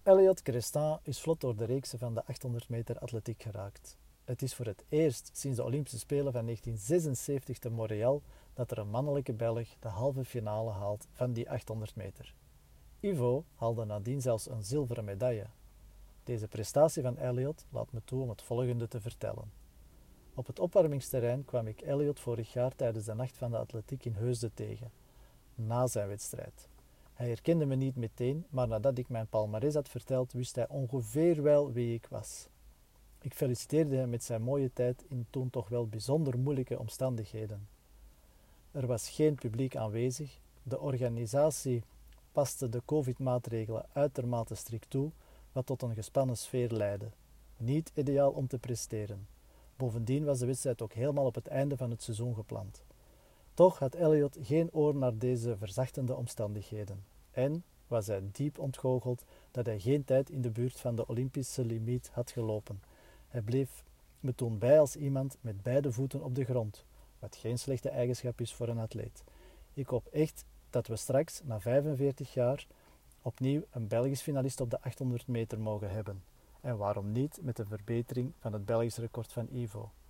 Elliot Crestin is vlot door de reeksen van de 800 meter atletiek geraakt. Het is voor het eerst sinds de Olympische Spelen van 1976 te Montreal dat er een mannelijke Belg de halve finale haalt van die 800 meter. Ivo haalde nadien zelfs een zilveren medaille. Deze prestatie van Elliot laat me toe om het volgende te vertellen. Op het opwarmingsterrein kwam ik Elliot vorig jaar tijdens de Nacht van de Atletiek in Heusden tegen, na zijn wedstrijd. Hij herkende me niet meteen, maar nadat ik mijn palmares had verteld, wist hij ongeveer wel wie ik was. Ik feliciteerde hem met zijn mooie tijd in toen toch wel bijzonder moeilijke omstandigheden. Er was geen publiek aanwezig, de organisatie paste de COVID-maatregelen uitermate strikt toe, wat tot een gespannen sfeer leidde. Niet ideaal om te presteren. Bovendien was de wedstrijd ook helemaal op het einde van het seizoen gepland. Toch had Elliot geen oor naar deze verzachtende omstandigheden en was hij diep ontgoocheld dat hij geen tijd in de buurt van de Olympische limiet had gelopen. Hij bleef me toen bij als iemand met beide voeten op de grond, wat geen slechte eigenschap is voor een atleet. Ik hoop echt dat we straks, na 45 jaar, opnieuw een Belgisch finalist op de 800 meter mogen hebben. En waarom niet met een verbetering van het Belgisch record van Ivo.